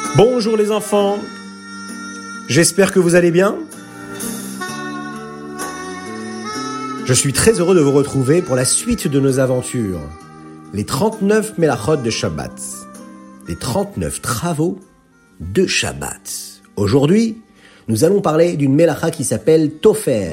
Bonjour les enfants, j'espère que vous allez bien. Je suis très heureux de vous retrouver pour la suite de nos aventures, les 39 Melachot de Shabbat, les 39 travaux de Shabbat. Aujourd'hui, nous allons parler d'une Melacha qui s'appelle Tofer.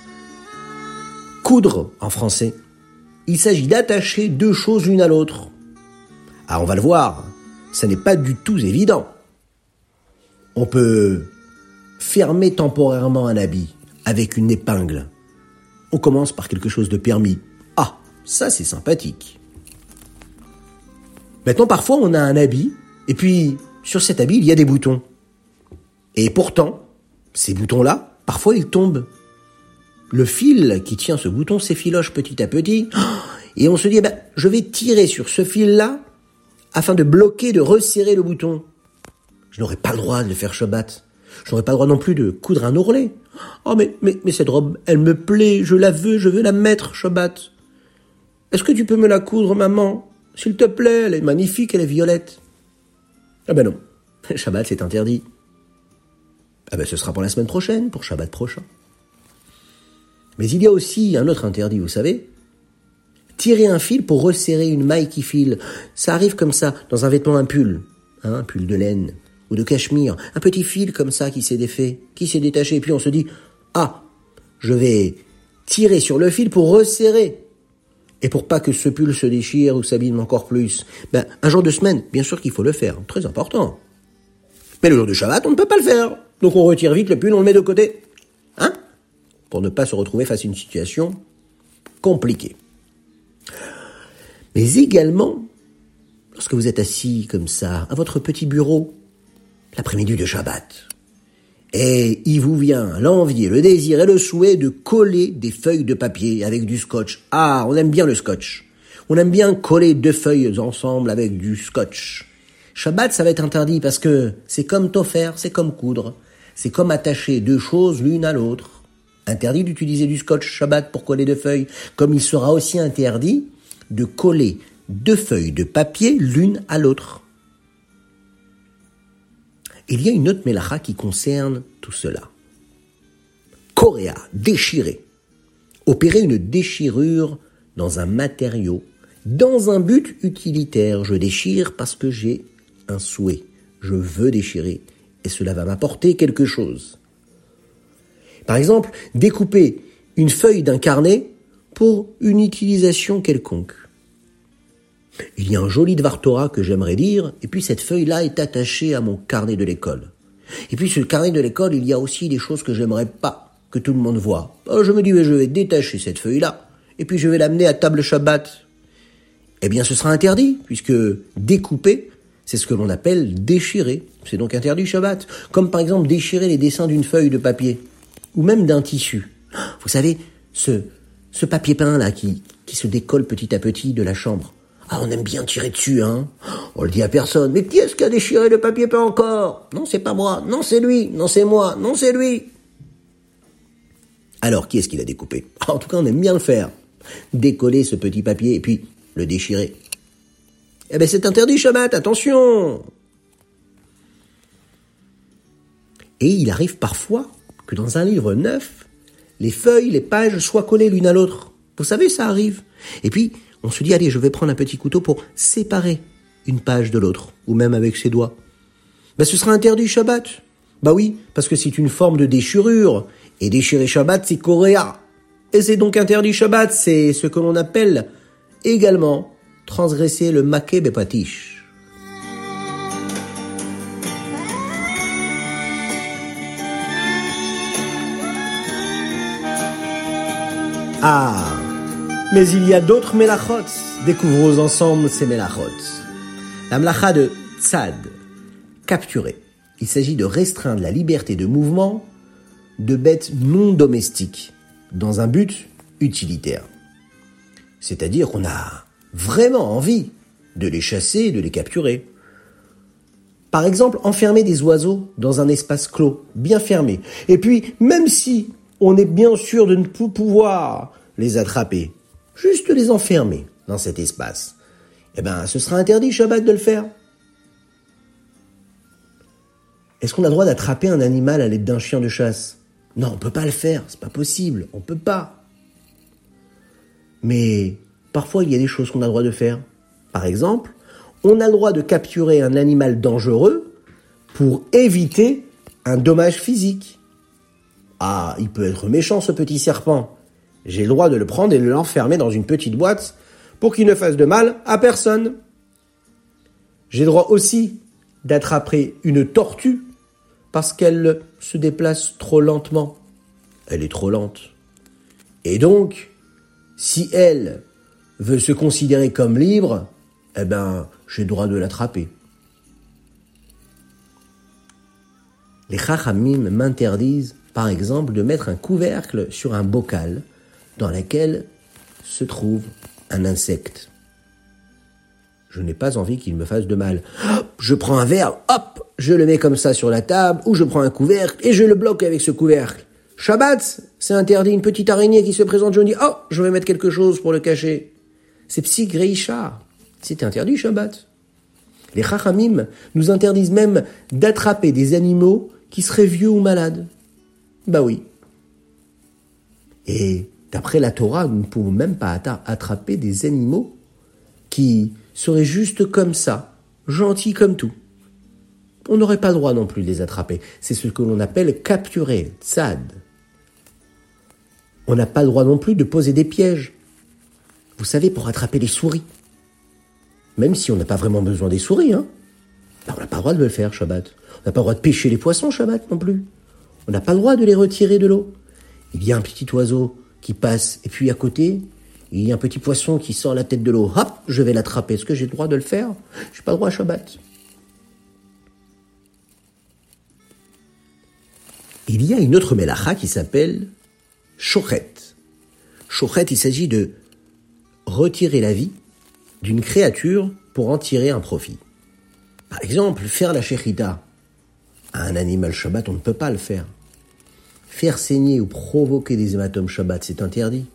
Coudre en français. Il s'agit d'attacher deux choses l'une à l'autre. Ah, on va le voir, ça n'est pas du tout évident. On peut fermer temporairement un habit avec une épingle. On commence par quelque chose de permis. Ah, ça c'est sympathique. Maintenant, parfois on a un habit, et puis sur cet habit il y a des boutons. Et pourtant, ces boutons-là, parfois ils tombent. Le fil qui tient ce bouton s'effiloche petit à petit, et on se dit, je vais tirer sur ce fil-là, afin de bloquer, de resserrer le bouton. Je n'aurais pas le droit de faire Shabbat. Je n'aurais pas le droit non plus de coudre un ourlet. Oh, mais cette robe, elle me plaît, je veux la mettre, Shabbat. Est-ce que tu peux me la coudre, maman? S'il te plaît, elle est magnifique, elle est violette. Ah non, Shabbat c'est interdit. Ce sera pour la semaine prochaine, pour Shabbat prochain. Mais il y a aussi un autre interdit, vous savez. Tirer un fil pour resserrer une maille qui file. Ça arrive comme ça, dans un vêtement, un pull de laine ou de cachemire, un petit fil comme ça qui s'est défait, qui s'est détaché, et puis on se dit, je vais tirer sur le fil pour resserrer. Et pour pas que ce pull se déchire ou s'abîme encore plus, un jour de semaine, bien sûr qu'il faut le faire, très important. Mais le jour de Shabbat, on ne peut pas le faire. Donc on retire vite le pull, on le met de côté. Pour ne pas se retrouver face à une situation compliquée. Mais également, lorsque vous êtes assis comme ça, à votre petit bureau, l'après-midi de Shabbat, et il vous vient l'envie, le désir et le souhait de coller des feuilles de papier avec du scotch. Ah, on aime bien le scotch. On aime bien coller deux feuilles ensemble avec du scotch. Shabbat, ça va être interdit parce que c'est comme tofer, c'est comme coudre. C'est comme attacher deux choses l'une à l'autre. Interdit d'utiliser du scotch Shabbat pour coller deux feuilles, comme il sera aussi interdit de coller deux feuilles de papier l'une à l'autre. Il y a une autre mélacha qui concerne tout cela. Korea, déchirer. Opérer une déchirure dans un matériau, dans un but utilitaire. Je déchire parce que j'ai un souhait. Je veux déchirer et cela va m'apporter quelque chose. Par exemple, découper une feuille d'un carnet pour une utilisation quelconque. Il y a un joli Dvar Torah que j'aimerais dire, et puis cette feuille-là est attachée à mon carnet de l'école. Et puis sur le carnet de l'école, il y a aussi des choses que j'aimerais pas que tout le monde voit. Alors je me dis, je vais détacher cette feuille-là, et puis je vais l'amener à table Shabbat. Eh bien, ce sera interdit, puisque découper, c'est ce que l'on appelle déchirer. C'est donc interdit Shabbat. Comme par exemple déchirer les dessins d'une feuille de papier, ou même d'un tissu. Vous savez, ce papier peint là qui se décolle petit à petit de la chambre. On aime bien tirer dessus, On le dit à personne. Mais qui est-ce qui a déchiré le papier peint encore? Non, c'est pas moi. Non, c'est lui. Non, c'est moi. Non, c'est lui. Alors, qui est-ce qui l'a découpé? En tout cas, on aime bien le faire. Décoller ce petit papier et puis le déchirer. C'est interdit, Shabbat, attention! Et il arrive parfois que dans un livre neuf, les feuilles, les pages soient collées l'une à l'autre. Vous savez, ça arrive. Et puis, on se dit, allez, je vais prendre un petit couteau pour séparer une page de l'autre, ou même avec ses doigts. Ce sera interdit Shabbat. Oui, parce que c'est une forme de déchirure. Et déchirer Shabbat, c'est Korea. Et c'est donc interdit Shabbat. C'est ce que l'on appelle également transgresser le maké bepatish. Mais il y a d'autres melachot. Découvrons ensemble ces melachot. La melacha de tzad, capturer. Il s'agit de restreindre la liberté de mouvement de bêtes non domestiques dans un but utilitaire. C'est-à-dire qu'on a vraiment envie de les chasser, de les capturer. Par exemple, enfermer des oiseaux dans un espace clos, bien fermé. Et puis, même si on est bien sûr de ne pas pouvoir les attraper, juste les enfermer dans cet espace, ce sera interdit Shabbat de le faire. Est-ce qu'on a le droit d'attraper un animal à l'aide d'un chien de chasse? Non, on peut pas le faire, c'est pas possible, on peut pas. Mais parfois, il y a des choses qu'on a le droit de faire. Par exemple, on a le droit de capturer un animal dangereux pour éviter un dommage physique. Ah, il peut être méchant ce petit serpent. J'ai le droit de le prendre et de l'enfermer dans une petite boîte pour qu'il ne fasse de mal à personne. J'ai le droit aussi d'attraper une tortue parce qu'elle se déplace trop lentement. Elle est trop lente. Et donc, si elle veut se considérer comme libre, j'ai le droit de l'attraper. Les Chachamim m'interdisent, par exemple, de mettre un couvercle sur un bocal dans lequel se trouve un insecte. Je n'ai pas envie qu'il me fasse de mal. Je prends un verre, hop, je le mets comme ça sur la table, ou je prends un couvercle et je le bloque avec ce couvercle. Shabbat, c'est interdit, une petite araignée qui se présente, je me dis, oh, je vais mettre quelque chose pour le cacher. C'est psik reisha. C'est interdit, Shabbat. Les Chachamim nous interdisent même d'attraper des animaux qui seraient vieux ou malades. Bah oui. Et d'après la Torah, nous ne pouvons même pas attraper des animaux qui seraient juste comme ça, gentils comme tout. On n'aurait pas le droit non plus de les attraper. C'est ce que l'on appelle capturer, tzad. On n'a pas le droit non plus de poser des pièges. Vous savez, pour attraper les souris. Même si on n'a pas vraiment besoin des souris, on n'a pas le droit de le faire, Shabbat. On n'a pas le droit de pêcher les poissons, Shabbat, non plus. On n'a pas le droit de les retirer de l'eau. Il y a un petit oiseau qui passe, et puis à côté, il y a un petit poisson qui sort la tête de l'eau. Hop, je vais l'attraper. Est-ce que j'ai le droit de le faire? Je n'ai pas le droit à Shabbat. Il y a une autre mélacha qui s'appelle shochet. Shochet, il s'agit de retirer la vie d'une créature pour en tirer un profit. Par exemple, faire la shechita à un animal Shabbat, on ne peut pas le faire. Faire saigner ou provoquer des hématomes Shabbat, c'est interdit.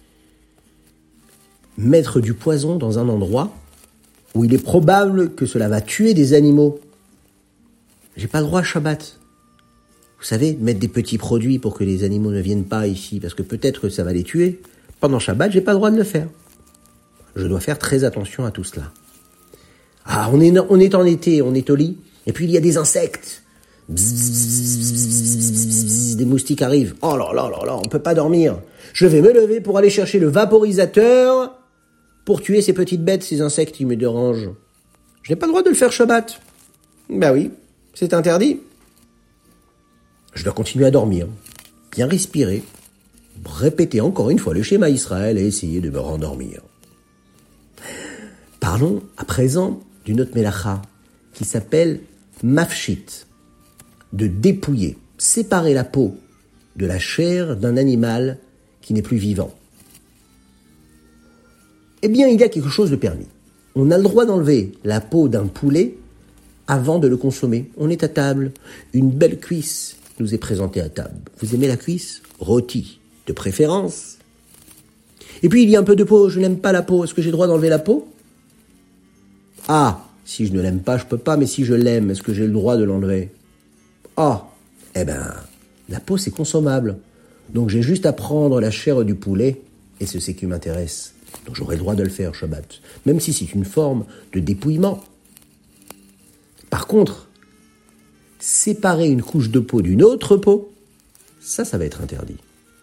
Mettre du poison dans un endroit où il est probable que cela va tuer des animaux. J'ai pas le droit à Shabbat. Vous savez, mettre des petits produits pour que les animaux ne viennent pas ici, parce que peut-être que ça va les tuer. Pendant Shabbat, j'ai pas le droit de le faire. Je dois faire très attention à tout cela. Ah, on est en été, on est au lit, et puis il y a des insectes. Bzz, bzz, bzz, bzz, des moustiques arrivent. Oh là là là là, on peut pas dormir. Je vais me lever pour aller chercher le vaporisateur pour tuer ces petites bêtes, ces insectes qui me dérangent. Je n'ai pas le droit de le faire Shabbat. Ben oui, c'est interdit. Je dois continuer à dormir, bien respirer, répéter encore une fois le schéma Israël et essayer de me rendormir. Parlons à présent d'une autre mélacha qui s'appelle mafshit, de dépouiller, séparer la peau de la chair d'un animal qui n'est plus vivant. Eh bien, il y a quelque chose de permis. On a le droit d'enlever la peau d'un poulet avant de le consommer. On est à table, une belle cuisse nous est présentée à table. Vous aimez la cuisse? Rôti, de préférence. Et puis il y a un peu de peau, je n'aime pas la peau. Est-ce que j'ai le droit d'enlever la peau? Ah, si je ne l'aime pas, je peux pas, mais si je l'aime, est-ce que j'ai le droit de l'enlever? Ah, la peau c'est consommable. Donc j'ai juste à prendre la chair du poulet, et c'est ce qui m'intéresse. Donc j'aurai le droit de le faire, Shabbat. Même si c'est une forme de dépouillement. Par contre, séparer une couche de peau d'une autre peau, ça va être interdit.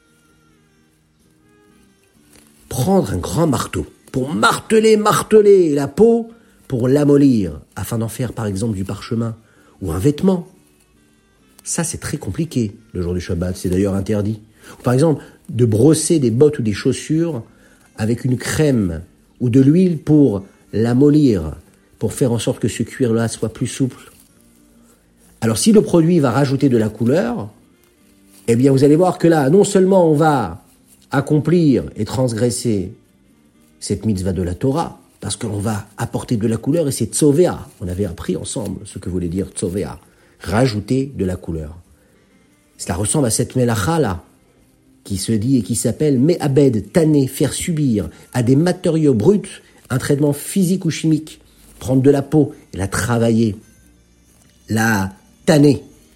Prendre un grand marteau pour marteler la peau, pour l'amollir, afin d'en faire par exemple du parchemin ou un vêtement. Ça, c'est très compliqué le jour du Shabbat, c'est d'ailleurs interdit. Ou par exemple, de brosser des bottes ou des chaussures avec une crème ou de l'huile pour l'amollir, pour faire en sorte que ce cuir-là soit plus souple. Alors si le produit va rajouter de la couleur, eh bien vous allez voir que là, non seulement on va accomplir et transgresser cette mitzvah de la Torah, parce qu'on va apporter de la couleur et c'est tzovea. On avait appris ensemble ce que voulait dire tzovea, rajouter de la couleur. Cela ressemble à cette mélacha là, qui se dit et qui s'appelle me'abed, tanner, faire subir à des matériaux bruts un traitement physique ou chimique, prendre de la peau et la travailler, la tanner,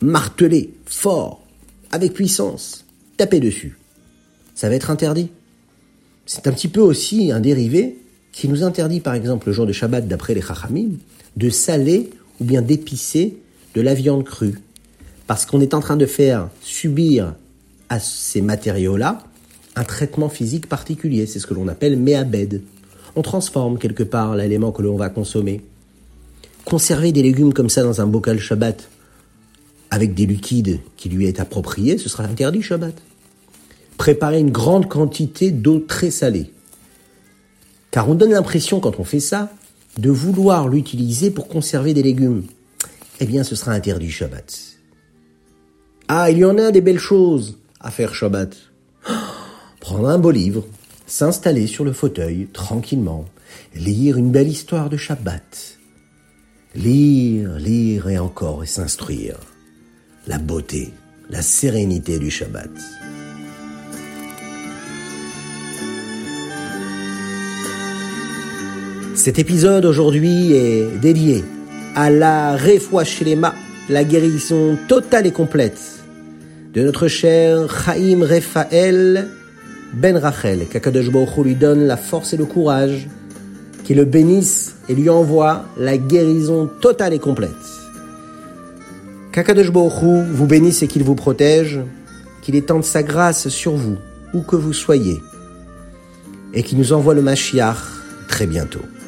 marteler fort, avec puissance, taper dessus. Ça va être interdit. C'est un petit peu aussi un dérivé qui nous interdit, par exemple, le jour de Shabbat, d'après les Chachamim, de saler ou bien d'épicer de la viande crue. Parce qu'on est en train de faire subir à ces matériaux-là un traitement physique particulier. C'est ce que l'on appelle méabed. On transforme quelque part l'élément que l'on va consommer. Conserver des légumes comme ça dans un bocal Shabbat, avec des liquides qui lui est approprié, ce sera interdit Shabbat. Préparer une grande quantité d'eau très salée. Car on donne l'impression, quand on fait ça, de vouloir l'utiliser pour conserver des légumes. Eh bien, ce sera interdit Shabbat. Ah, il y en a des belles choses à faire Shabbat. Prendre un beau livre, s'installer sur le fauteuil, tranquillement, lire une belle histoire de Shabbat. Lire et encore et s'instruire. La beauté, la sérénité du Shabbat. Cet épisode aujourd'hui est dédié à la Refoua Shelema, la guérison totale et complète de notre cher Chaim Raphaël Ben Rachel. Qu'Akadosh Baruch Hu lui donne la force et le courage, qu'il le bénisse et lui envoie la guérison totale et complète. Qu'Akadosh Baruch Hu vous bénisse et qu'il vous protège, qu'il étende sa grâce sur vous, où que vous soyez, et qu'il nous envoie le Mashiach très bientôt.